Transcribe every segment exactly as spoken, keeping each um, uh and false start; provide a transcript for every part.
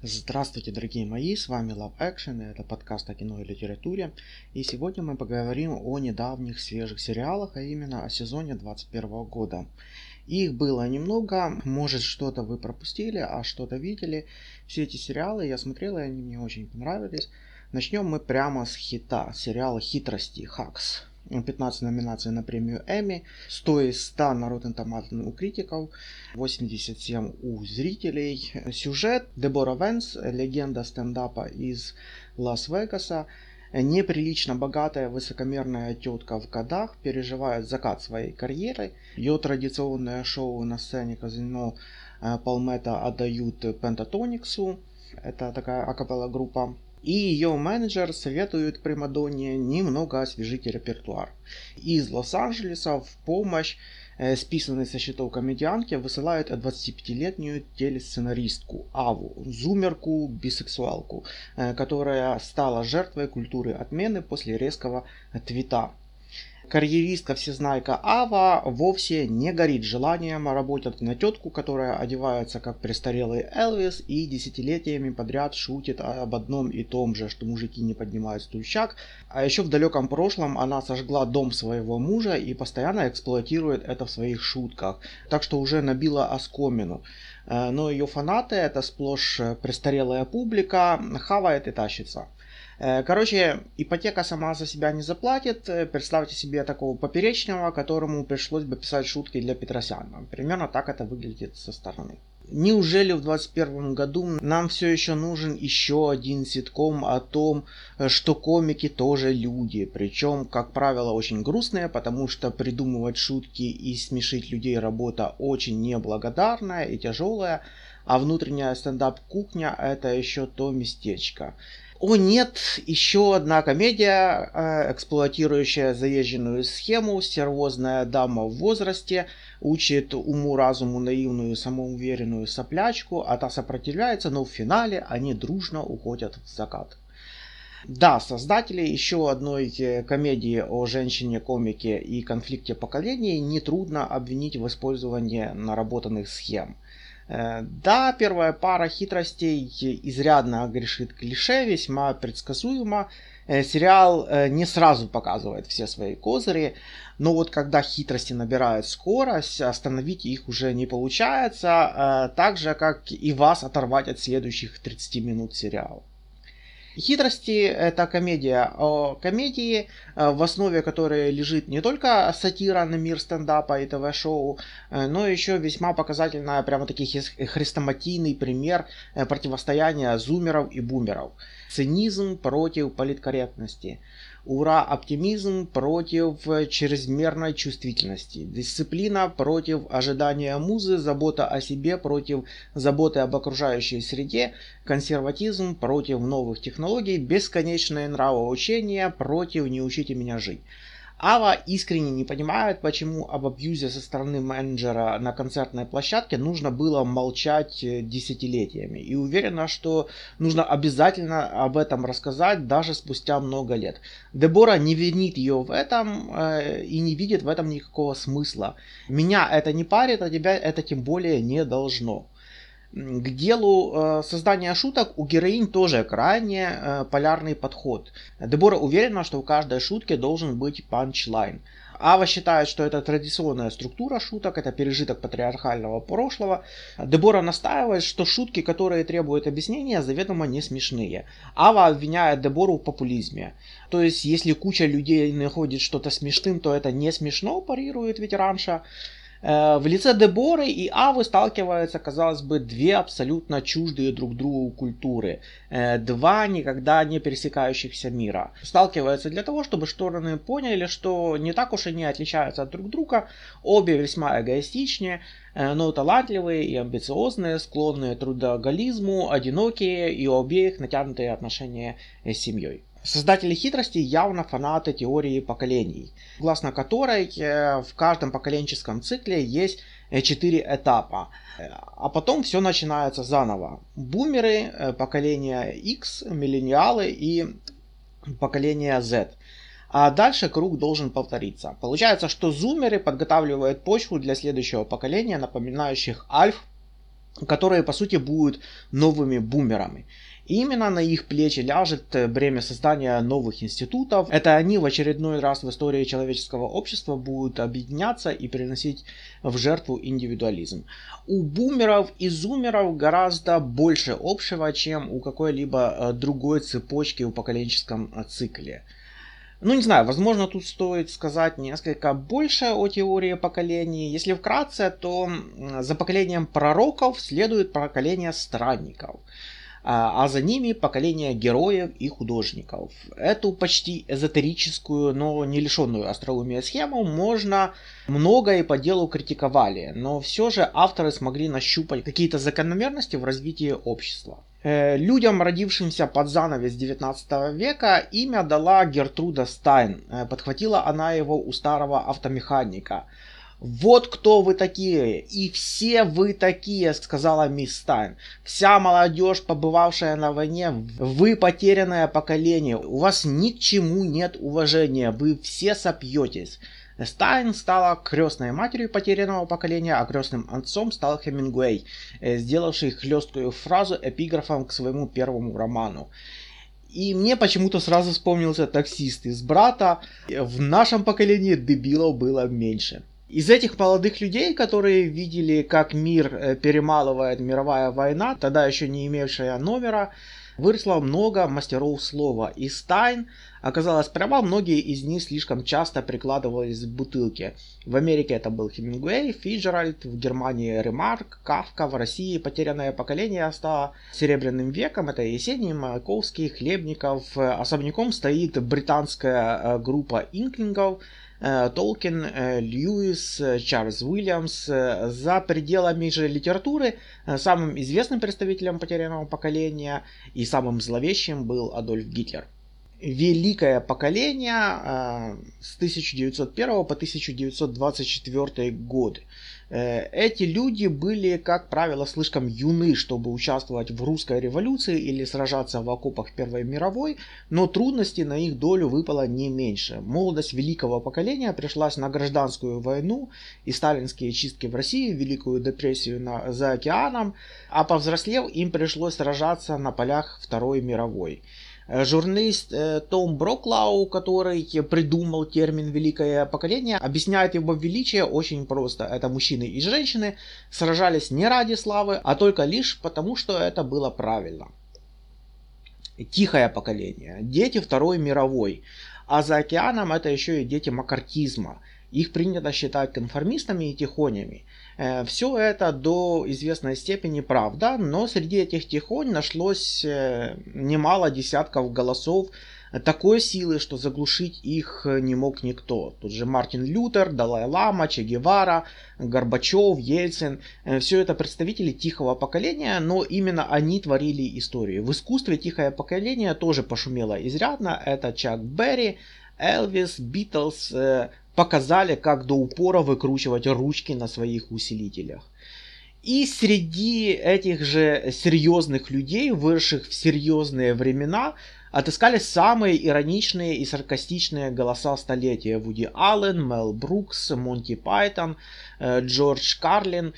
Здравствуйте, дорогие мои, с вами Love Action, и это подкаст о кино и литературе. И сегодня мы поговорим о недавних свежих сериалах, а именно о сезоне двадцать первого года. Их было немного, может что-то вы пропустили, а что-то видели. Все эти сериалы я смотрел, и они мне очень понравились. Начнем мы прямо с хита, сериала «Хитрости» Hacks. пятнадцать номинаций на премию Эмми, сто из ста на Rotten Tomatoes у критиков, восемьдесят семь у зрителей. Сюжет: Дебора Венс, легенда стендапа из Лас-Вегаса, неприлично богатая высокомерная тетка в годах, переживает закат своей карьеры. Ее традиционное шоу на сцене казино Palmetto отдают Pentatonix'у, это такая акапелла группа. И ее менеджер советует примадонне немного освежить репертуар. Из Лос-Анджелеса в помощь э, списанной со счетов комедианке высылают двадцатипятилетнюю телесценаристку Аву, зумерку, бисексуалку, э, которая стала жертвой культуры отмены после резкого твита. Карьеристка-всезнайка Ава вовсе не горит желанием работать на тетку, которая одевается как престарелый Элвис и десятилетиями подряд шутит об одном и том же, что мужики не поднимают стульчак. А еще в далеком прошлом она сожгла дом своего мужа и постоянно эксплуатирует это в своих шутках, так что уже набила оскомину. Но ее фанаты, это сплошь престарелая публика, хавает и тащится. Короче, ипотека сама за себя не заплатит. Представьте себе такого поперечного, которому пришлось бы писать шутки для Петросяна. Примерно так это выглядит со стороны. Неужели в двадцать первом году нам все еще нужен еще один ситком о том, что комики тоже люди? Причем, как правило, очень грустные, потому что придумывать шутки и смешить людей работа очень неблагодарная и тяжелая, а внутренняя стендап-кухня — это еще то местечко. О нет, еще одна комедия, э, эксплуатирующая заезженную схему. Стервозная дама в возрасте учит уму-разуму наивную самоуверенную соплячку, а та сопротивляется, но в финале они дружно уходят в закат. Да, создатели еще одной комедии о женщине-комике и конфликте поколений нетрудно обвинить в использовании наработанных схем. Да, первая пара хитростей изрядно грешит клише, весьма предсказуемо. Сериал не сразу показывает все свои козыри, но вот когда хитрости набирают скорость, остановить их уже не получается, так же, как и вас оторвать от следующих тридцати минут сериала. «Хитрости» — это комедия о комедии, в основе которой лежит не только сатира на мир стендапа и ТВ-шоу, но еще весьма показательный, прямо-таки хрестоматийный пример противостояния зумеров и бумеров. Цинизм против политкорректности. Ура-оптимизм против чрезмерной чувствительности. Дисциплина против ожидания музы. Забота о себе против заботы об окружающей среде. Консерватизм против новых технологий. Бесконечное нравоучение против «не учите меня жить». Ава искренне не понимает, почему об абьюзе со стороны менеджера на концертной площадке нужно было молчать десятилетиями. И уверена, что нужно обязательно об этом рассказать даже спустя много лет. Дебора не винит ее в этом э, и не видит в этом никакого смысла. Меня это не парит, а тебя это тем более не должно. К делу э, создания шуток у героинь тоже крайне э, полярный подход. Дебора уверена, что у каждой шутки должен быть панчлайн. Ава считает, что это традиционная структура шуток, это пережиток патриархального прошлого. Дебора настаивает, что шутки, которые требуют объяснения, заведомо не смешные. Ава обвиняет Дебору в популизме. То есть, если куча людей находит что-то смешным, то это не смешно, парирует ветеранша. В лице Деборы и Авы сталкиваются, казалось бы, две абсолютно чуждые друг другу культуры. Два никогда не пересекающихся мира. Сталкиваются для того, чтобы стороны поняли, что не так уж они отличаются от друг друга. Обе весьма эгоистичны, но талантливые и амбициозные, склонные к трудоголизму, одинокие и у обеих натянутые отношения с семьей. Создатели хитрости явно фанаты теории поколений, согласно которой в каждом поколенческом цикле есть четыре этапа, а потом все начинается заново. Бумеры, поколение X, миллениалы и поколение Z. А дальше круг должен повториться. Получается, что зумеры подготавливают почву для следующего поколения, напоминающих альф которые по сути будут новыми бумерами. И именно на их плечи ляжет бремя создания новых институтов. Это они в очередной раз в истории человеческого общества будут объединяться и приносить в жертву индивидуализм. У бумеров и зумеров гораздо больше общего, чем у какой-либо другой цепочки в поколенческом цикле. Ну, не знаю, возможно, тут стоит сказать несколько больше о теории поколений. Если вкратце, то за поколением пророков следует поколение странников, а за ними поколение героев и художников. Эту почти эзотерическую, но не лишенную остроумия схему можно много и по делу критиковали, но все же авторы смогли нащупать какие-то закономерности в развитии общества. Людям, родившимся под занавес девятнадцатого века, имя дала Гертруда Стайн. Подхватила она его у старого автомеханика. «Вот кто вы такие, и все вы такие», — сказала мисс Стайн. «Вся молодежь, побывавшая на войне, вы потерянное поколение, у вас ни к чему нет уважения, вы все сопьетесь». Стайн стала крестной матерью потерянного поколения, а крестным отцом стал Хемингуэй, сделавший хлесткую фразу эпиграфом к своему первому роману. И мне почему-то сразу вспомнился «Таксист» из «Брата». В нашем поколении дебилов было меньше. Из этих молодых людей, которые видели, как мир перемалывает мировая война, тогда еще не имевшая номера, выросло много мастеров слова. И Стайн оказалась права, многие из них слишком часто прикладывались к бутылке. В Америке это был Хемингуэй, Фиджеральд, в Германии Ремарк, Кафка, в России потерянное поколение стало Серебряным веком. Это Есенин, Маяковский, Хлебников. Особняком стоит британская группа инклингов, Толкин, Льюис, Чарльз Уильямс. За пределами же литературы самым известным представителем потерянного поколения и самым зловещим был Адольф Гитлер. Великое поколение с тысяча девятьсот первого по тысяча девятьсот двадцать четвёртый год. Эти люди были, как правило, слишком юны, чтобы участвовать в русской революции или сражаться в окопах Первой мировой, но трудностей на их долю выпало не меньше. Молодость великого поколения пришлась на гражданскую войну и сталинские чистки в России, Великую депрессию на, за океаном, а повзрослев им пришлось сражаться на полях Второй мировой. Журналист Том Броклау, который придумал термин «великое поколение», объясняет его величие очень просто. Это мужчины и женщины сражались не ради славы, а только лишь потому, что это было правильно. Тихое поколение. Дети Второй мировой. А за океаном это еще и дети маккартизма. Их принято считать конформистами и тихонями. Все это до известной степени правда, но среди этих тихонь нашлось немало десятков голосов такой силы, что заглушить их не мог никто. Тут же Мартин Лютер, Далай-Лама, Че Гевара, Горбачев, Ельцин. Все это представители тихого поколения, но именно они творили историю. В искусстве тихое поколение тоже пошумело изрядно. Это Чак Берри, Элвис, Битлз показали, как до упора выкручивать ручки на своих усилителях. И среди этих же серьезных людей, выросших в серьезные времена, отыскались самые ироничные и саркастичные голоса столетия. Вуди Аллен, Мел Брукс, Монти Пайтон, Джордж Карлин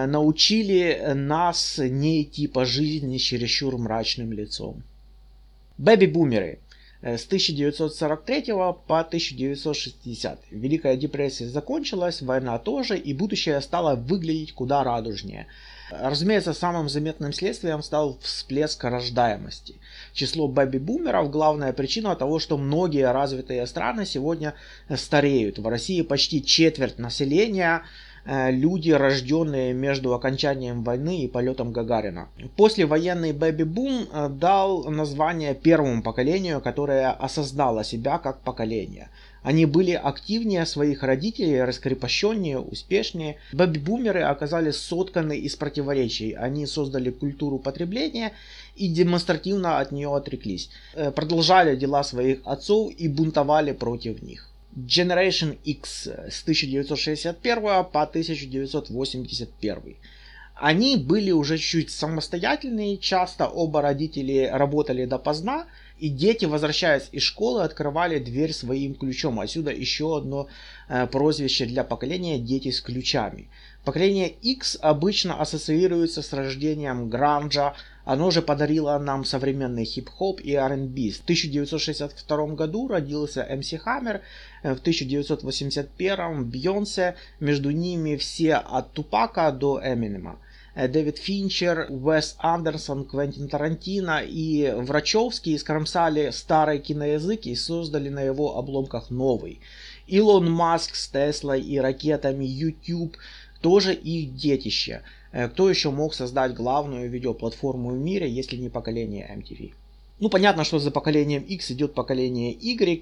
научили нас не идти по жизни с чересчур мрачным лицом. Бэби-бумеры. С тысяча девятьсот сорок третьего по тысяча девятьсот шестидесятый. Великая депрессия закончилась, война тоже, и будущее стало выглядеть куда радужнее. Разумеется, самым заметным следствием стал всплеск рождаемости. Число бэби-бумеров – главная причина того, что многие развитые страны сегодня стареют. В России почти четверть населения – люди, рожденные между окончанием войны и полетом Гагарина. Послевоенный бэби-бум дал название первому поколению, которое осознало себя как поколение. Они были активнее своих родителей, раскрепощеннее, успешнее. Бэби-бумеры оказались сотканы из противоречий. Они создали культуру потребления и демонстративно от нее отреклись. Продолжали дела своих отцов и бунтовали против них. Generation X с тысяча девятьсот шестьдесят первого по тысяча девятьсот восемьдесят первый. Они были уже чуть самостоятельные, часто оба родители работали допоздна, и дети, возвращаясь из школы, открывали дверь своим ключом. Отсюда еще одно прозвище для поколения — дети с ключами. Поколение X обычно ассоциируется с рождением гранжа, оно же подарило нам современный хип-хоп и ар энд би. В тысяча девятьсот шестьдесят втором году родился эм си Hammer, в тысяча девятьсот восемьдесят первом Бейонсе, между ними все от Тупака до Эминема. Дэвид Финчер, Уэс Андерсон, Квентин Тарантино и Врачовский скромсали старый киноязык и создали на его обломках новый. Илон Маск с Теслой и ракетами, YouTube тоже их детище. Кто еще мог создать главную видеоплатформу в мире, если не поколение эм ти ви? Ну, понятно, что за поколением X идет поколение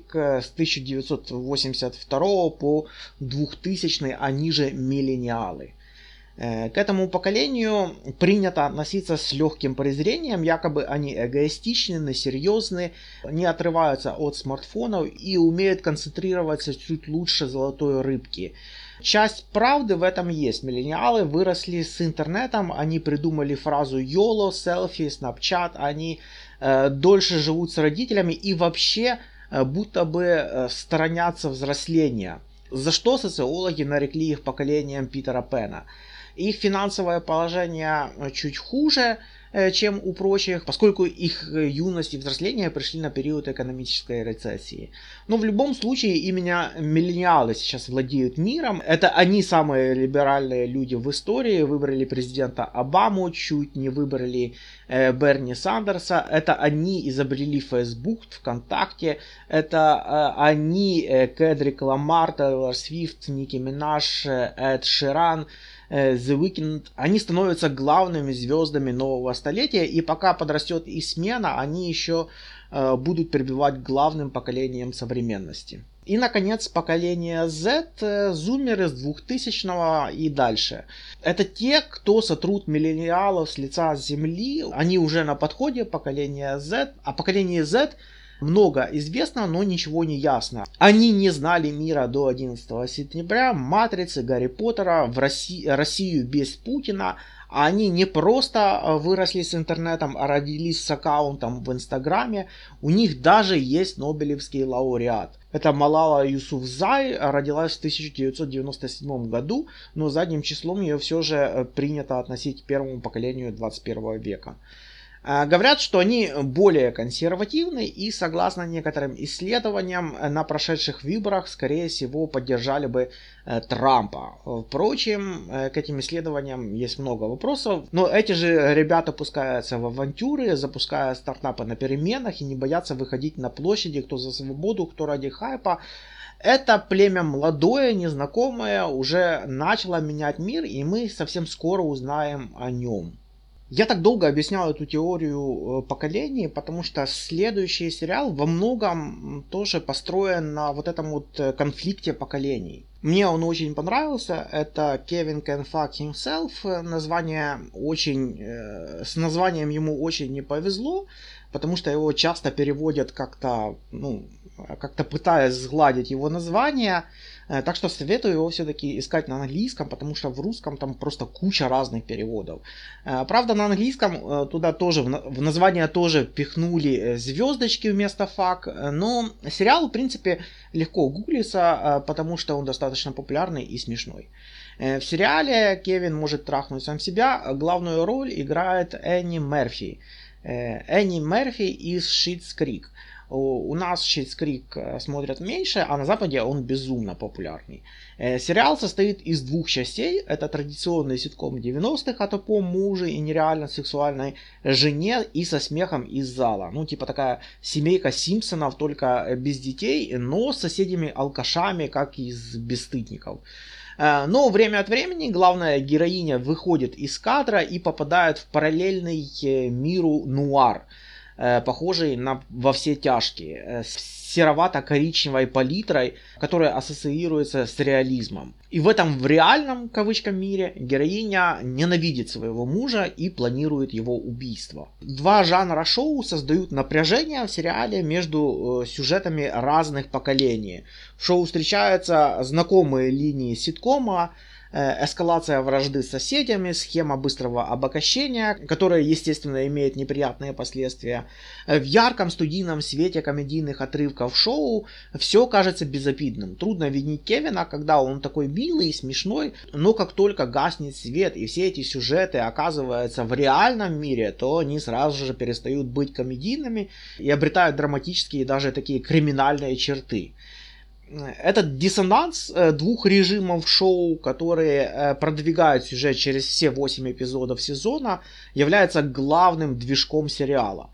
Y с тысяча девятьсот восемьдесят второго по двухтысячный, они же миллениалы. К этому поколению принято относиться с легким презрением, якобы они эгоистичны, серьезны, не отрываются от смартфонов и умеют концентрироваться чуть лучше золотой рыбки. Часть правды в этом есть. Миллениалы выросли с интернетом, они придумали фразу йоло, селфи, Snapchat, они э, дольше живут с родителями и вообще э, будто бы э, сторонятся взросления. За что социологи нарекли их поколением Питера Пэна. Их финансовое положение чуть хуже, чем у прочих, поскольку их юность и взросление пришли на период экономической рецессии. Но в любом случае именно миллениалы сейчас владеют миром. Это они самые либеральные люди в истории. Выбрали президента Обаму, чуть не выбрали э, Берни Сандерса. Это они изобрели Facebook, ВКонтакте. Это э, они, э, Кедрик Ламар, Тейлор Свифт, Ники Минаж, э, Эд Ширан, The Weeknd, они становятся главными звездами нового столетия, и пока подрастет и смена, они еще э, будут прибывать главным поколением современности. И, наконец, поколение Z, э, зумеры с двухтысячного и дальше. Это те, кто сотрут миллениалов с лица земли, они уже на подходе, поколение Z, а поколение Z много известно, но ничего не ясно. Они не знали мира до одиннадцатого сентября, Матрицы, Гарри Поттера, в России, Россию без Путина. Они не просто выросли с интернетом, а родились с аккаунтом в Инстаграме. У них даже есть Нобелевский лауреат. Это Малала Юсуфзай, родилась в тысяча девятьсот девяносто седьмом году, но задним числом ее все же принято относить к первому поколению двадцать первого века. Говорят, что они более консервативны и, согласно некоторым исследованиям, на прошедших выборах, скорее всего, поддержали бы Трампа. Впрочем, к этим исследованиям есть много вопросов, но эти же ребята пускаются в авантюры, запуская стартапы на переменах и не боятся выходить на площади, кто за свободу, кто ради хайпа. Это племя молодое, незнакомое, уже начало менять мир, и мы совсем скоро узнаем о нем. Я так долго объяснял эту теорию поколений, потому что следующий сериал во многом тоже построен на вот этом вот конфликте поколений. Мне он очень понравился. Это Kevin Can Fuck Himself. Название очень, с названием ему очень не повезло, потому что его часто переводят как-то, ну, как-то пытаясь сгладить его название. Так что советую его все-таки искать на английском, потому что в русском там просто куча разных переводов. Правда, на английском туда тоже, в название тоже пихнули звездочки вместо фак, но сериал, в принципе, легко гуглится, потому что он достаточно популярный и смешной. В сериале Кевин может трахнуть сам себя, главную роль играет Энни Мерфи. Энни Мерфи из Schitt's Creek. У нас Schitt's Creek смотрят меньше, а на Западе он безумно популярный. Сериал состоит из двух частей. Это традиционный ситком девяностых о тупом муже и нереально сексуальной жене и со смехом из зала. Ну, типа такая семейка Симпсонов, только без детей, но с соседями-алкашами, как из «Бесстыдников». Но время от времени главная героиня выходит из кадра и попадает в параллельный миру нуар, похожий на «Во все тяжкие», с серовато-коричневой палитрой, которая ассоциируется с реализмом. И в этом в реальном, кавычкам, мире героиня ненавидит своего мужа и планирует его убийство. Два жанра шоу создают напряжение в сериале между сюжетами разных поколений. В шоу встречаются знакомые линии ситкома, эскалация вражды с соседями, схема быстрого обогащения, которая, естественно, имеет неприятные последствия. В ярком студийном свете комедийных отрывков шоу все кажется безобидным. Трудно винить Кевина, когда он такой милый и смешной, но как только гаснет свет и все эти сюжеты оказываются в реальном мире, то они сразу же перестают быть комедийными и обретают драматические и даже такие криминальные черты. Этот диссонанс двух режимов шоу, которые продвигают сюжет через все восемь эпизодов сезона, является главным движком сериала.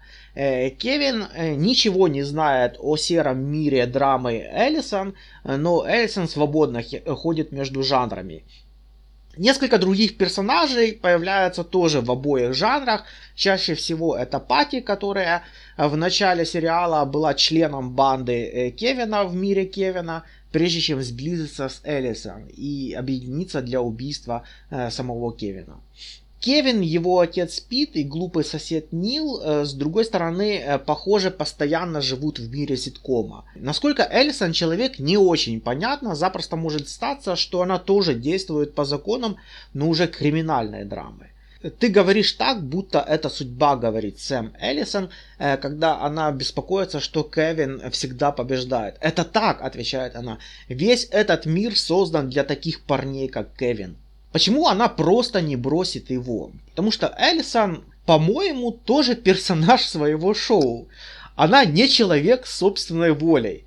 Кевин ничего не знает о сером мире драмы Эллисон, но Эллисон свободно ходит между жанрами. Несколько других персонажей появляются тоже в обоих жанрах. Чаще всего это Пати, которая в начале сериала была членом банды Кевина в мире Кевина, прежде чем сблизиться с Эллисон и объединиться для убийства самого Кевина. Кевин, его отец Пит и глупый сосед Нил, с другой стороны, похоже, постоянно живут в мире ситкома. Насколько Эллисон человек, не очень понятно, запросто может статься, что она тоже действует по законам, но уже криминальной драмы. Ты говоришь так, будто это судьба, говорит Сэм Эллисон, когда она беспокоится, что Кевин всегда побеждает. Это так, отвечает она. Весь этот мир создан для таких парней, как Кевин. Почему она просто не бросит его? Потому что Эллисон, по-моему, тоже персонаж своего шоу. Она не человек с собственной волей.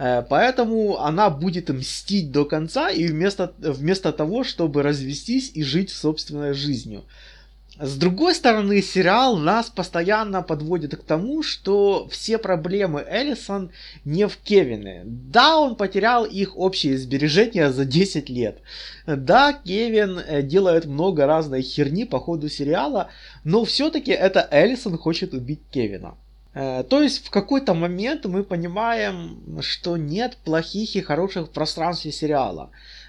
Поэтому она будет мстить до конца и вместо, вместо того, чтобы развестись и жить собственной жизнью. С другой стороны, сериал нас постоянно подводит к тому, что все проблемы Эллисон не в Кевине. Да, он потерял их общие сбережения за десять лет. Да, Кевин делает много разной херни по ходу сериала, но все-таки это Эллисон хочет убить Кевина. То есть в какой-то момент мы понимаем, что нет плохих и хороших в пространстве сериала.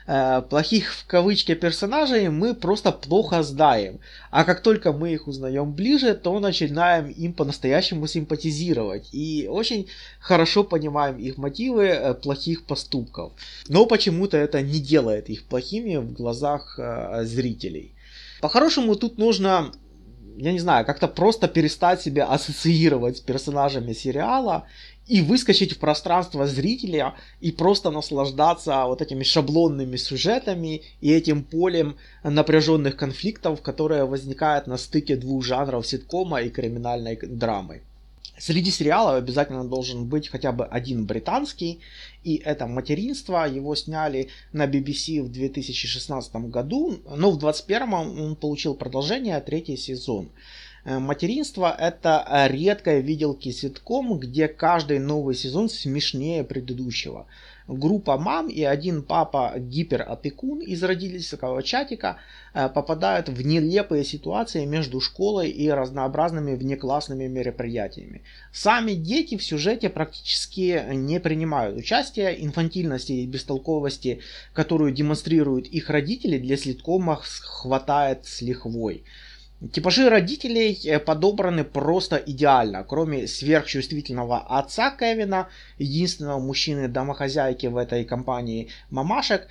Плохих в кавычке персонажей мы просто плохо знаем. А как только мы их узнаем ближе, то начинаем им по-настоящему симпатизировать. И очень хорошо понимаем их мотивы плохих поступков. Но почему-то это не делает их плохими в глазах зрителей. По-хорошему тут нужно, я не знаю, как-то просто перестать себя ассоциировать с персонажами сериала и выскочить в пространство зрителя и просто наслаждаться вот этими шаблонными сюжетами и этим полем напряженных конфликтов, которые возникают на стыке двух жанров ситкома и криминальной драмы. Среди сериалов обязательно должен быть хотя бы один британский, и это «Материнство». Его сняли на би би си в две тысячи шестнадцатом году, но в двадцать первом он получил продолжение, третий сезон. «Материнство» — это редкая виделки ситком, где каждый новый сезон смешнее предыдущего. Группа мам и один папа-гиперопекун из родительского чатика попадают в нелепые ситуации между школой и разнообразными внеклассными мероприятиями. Сами дети в сюжете практически не принимают участия. Инфантильности и бестолковости, которую демонстрируют их родители, для ситкома хватает с лихвой. Типажи родителей подобраны просто идеально. Кроме сверхчувствительного отца Кевина, единственного мужчины-домохозяйки в этой компании мамашек,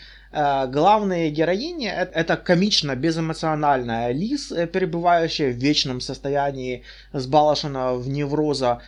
главные героини — это комично безэмоциональная Лиз, перебывающая в вечном состоянии сбалошенного в невроза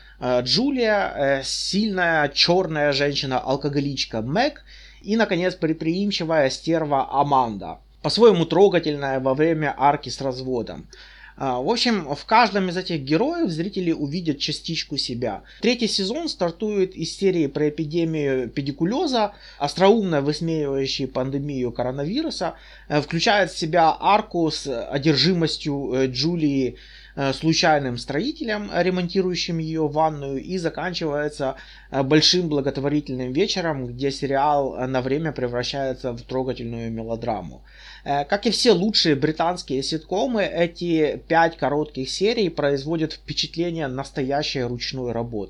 Джулия, сильная черная женщина-алкоголичка Мэг и, наконец, предприимчивая стерва Аманда, по-своему трогательная во время арки с разводом. В общем, в каждом из этих героев зрители увидят частичку себя. Третий сезон стартует из серии про эпидемию педикулеза, остроумно высмеивающей пандемию коронавируса, включает в себя арку с одержимостью Джулии случайным строителем, ремонтирующим ее ванную, и заканчивается большим благотворительным вечером, где сериал на время превращается в трогательную мелодраму. Как и все лучшие британские ситкомы, эти пять коротких серий производят впечатление настоящей ручной работы.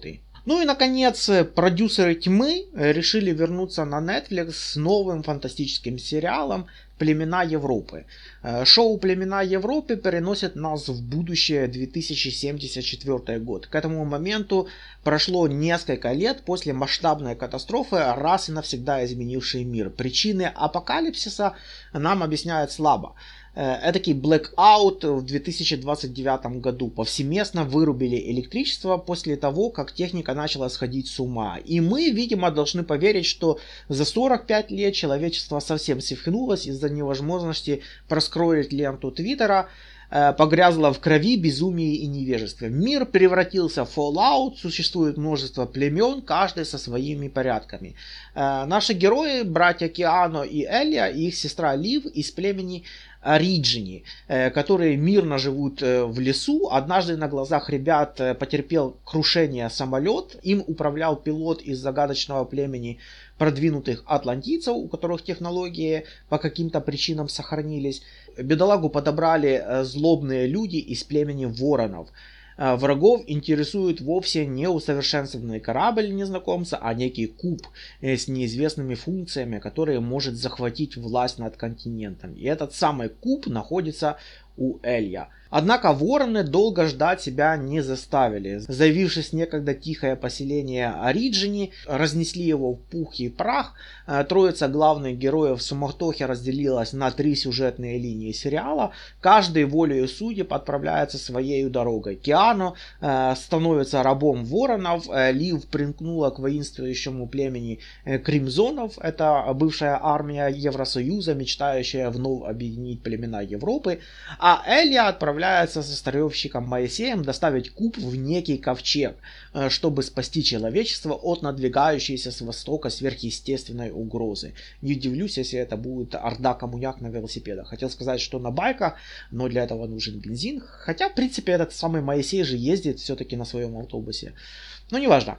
Ну и, наконец, продюсеры «Тьмы» решили вернуться на Netflix с новым фантастическим сериалом «Племена Европы». Шоу «Племена Европы» переносит нас в будущее две тысячи семьдесят четвёртый год. К этому моменту прошло несколько лет после масштабной катастрофы, раз и навсегда изменившей мир. Причины апокалипсиса нам объясняют слабо. Эдакий blackout в две тысячи двадцать девятом году. Повсеместно вырубили электричество после того, как техника начала сходить с ума. И мы, видимо, должны поверить, что за сорок пять лет человечество совсем свихнулось из-за невозможности проскроллить ленту Твиттера, погрязла в крови, безумии и невежестве. Мир превратился в Fallout, существует множество племен, каждый со своими порядками. Наши герои, братья Киано и Элия, и их сестра Лив из племени Ориджини, которые мирно живут в лесу. Однажды на глазах ребят потерпел крушение самолет. Им управлял пилот из загадочного племени продвинутых атлантийцев, у которых технологии по каким-то причинам сохранились. Бедолагу подобрали злобные люди из племени воронов. Врагов интересует вовсе не усовершенствованный корабль незнакомца, а некий куб с неизвестными функциями, который может захватить власть над континентом. И этот самый куб находится у Элья. Однако вороны долго ждать себя не заставили. Заявившись некогда тихое поселение Ориджини, разнесли его в пух и прах. Троица главных героев в суматохе разделилась на три сюжетные линии сериала. Каждый волею судеб отправляется своей дорогой. Киано э, становится рабом воронов. Лив примкнула к воинствующему племени Кримзонов. Это бывшая армия Евросоюза, мечтающая вновь объединить племена Европы. А Элья отправляется со старьевщиком Моисеем доставить куб в некий ковчег, чтобы спасти человечество от надвигающейся с востока сверхъестественной угрозы. Не удивлюсь, если это будет орда коммуняк на велосипедах. Хотел сказать, что на байках, но для этого нужен бензин. Хотя, в принципе, этот самый Моисей же ездит все-таки на своем автобусе. Но неважно.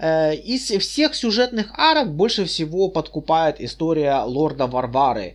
Из всех сюжетных арок больше всего подкупает история лорда Варвары.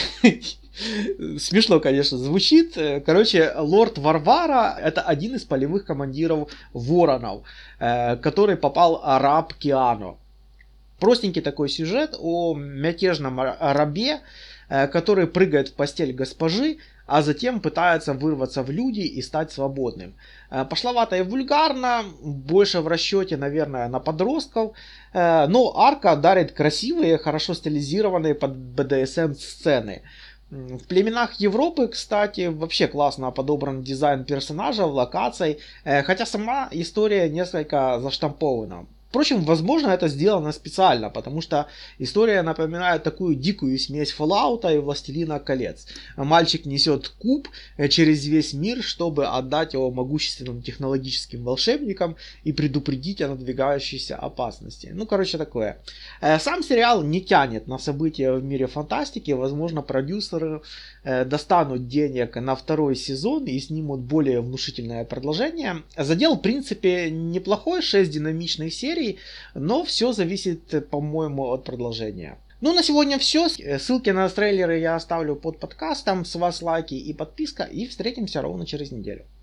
Смешно, конечно, звучит. Короче, лорд Варвара — это один из полевых командиров воронов, который попал раб Киано. Простенький такой сюжет о мятежном рабе, который прыгает в постель госпожи, а затем пытается вырваться в люди и стать свободным. Пошловато и вульгарно, больше в расчете, наверное, на подростков, но арка дарит красивые, хорошо стилизированные под бэ дэ эс эм сцены. В племенах Европы, кстати, вообще классно подобран дизайн персонажей, локаций, хотя сама история несколько заштампована. Впрочем, возможно, это сделано специально, потому что история напоминает такую дикую смесь Fallout и Властелина колец. Мальчик несет куб через весь мир, чтобы отдать его могущественным технологическим волшебникам и предупредить о надвигающейся опасности. Ну, короче, такое. Сам сериал не тянет на события в мире фантастики. Возможно, продюсеры достанут денег на второй сезон и снимут более внушительное продолжение. Задел, в принципе, неплохой, шесть динамичных серий, но все зависит, по-моему, от продолжения. Ну, на сегодня все. Ссылки на трейлеры я оставлю под подкастом. С вас лайки и подписка. И встретимся ровно через неделю.